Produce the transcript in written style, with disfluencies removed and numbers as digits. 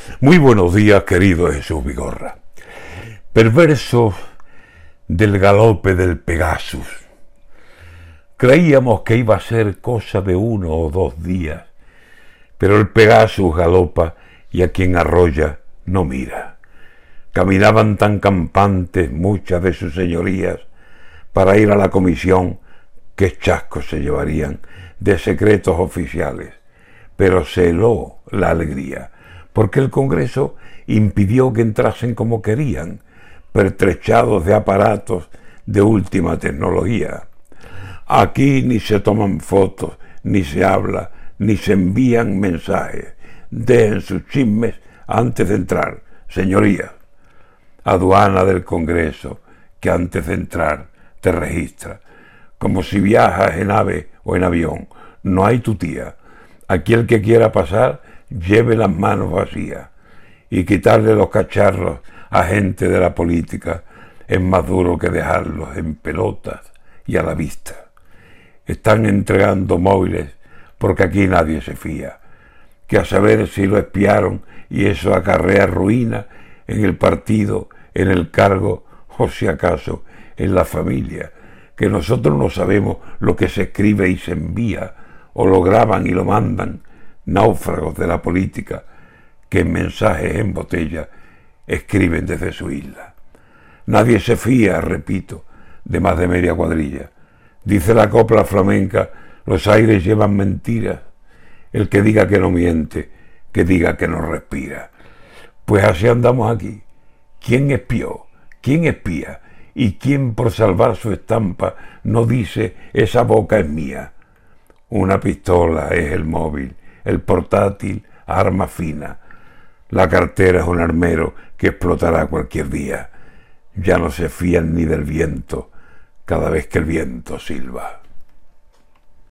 Muy buenos días, querido Jesús Vigorra. Perverso del galope del Pegasus. Creíamos que iba a ser cosa de 1 o 2 días, pero el Pegasus galopa y a quien arrolla no mira. Caminaban tan campantes muchas de sus señorías para ir a la comisión que chascos se llevarían de secretos oficiales, pero se heló la alegría, porque el Congreso impidió que entrasen como querían, pertrechados de aparatos de última tecnología. Aquí ni se toman fotos, ni se habla, ni se envían mensajes. Dejen sus chismes antes de entrar, señorías. Aduana del Congreso, que antes de entrar te registra, como si viajas en ave o en avión. No hay tutía. Aquí el que quiera pasar, lleve las manos vacías. Y quitarle los cacharros a gente de la política es más duro que dejarlos en pelotas y a la vista. Están entregando móviles porque aquí nadie se fía, que a saber si lo espiaron y eso acarrea ruina en el partido, en el cargo o si acaso en la familia, que nosotros no sabemos lo que se escribe y se envía, o lo graban y lo mandan, náufragos de la política, que en mensajes en botella escriben desde su isla. Nadie se fía, repito, de más de media cuadrilla. Dice la copla flamenca, los aires llevan mentiras. El que diga que no miente, que diga que no respira. Pues así andamos aquí. ¿Quién espió? ¿Quién espía? ¿Y quién por salvar su estampa no dice esa boca es mía? Una pistola es el móvil, el portátil, arma fina. La cartera es un armero que explotará cualquier día. Ya no se fían ni del viento cada vez que el viento silba.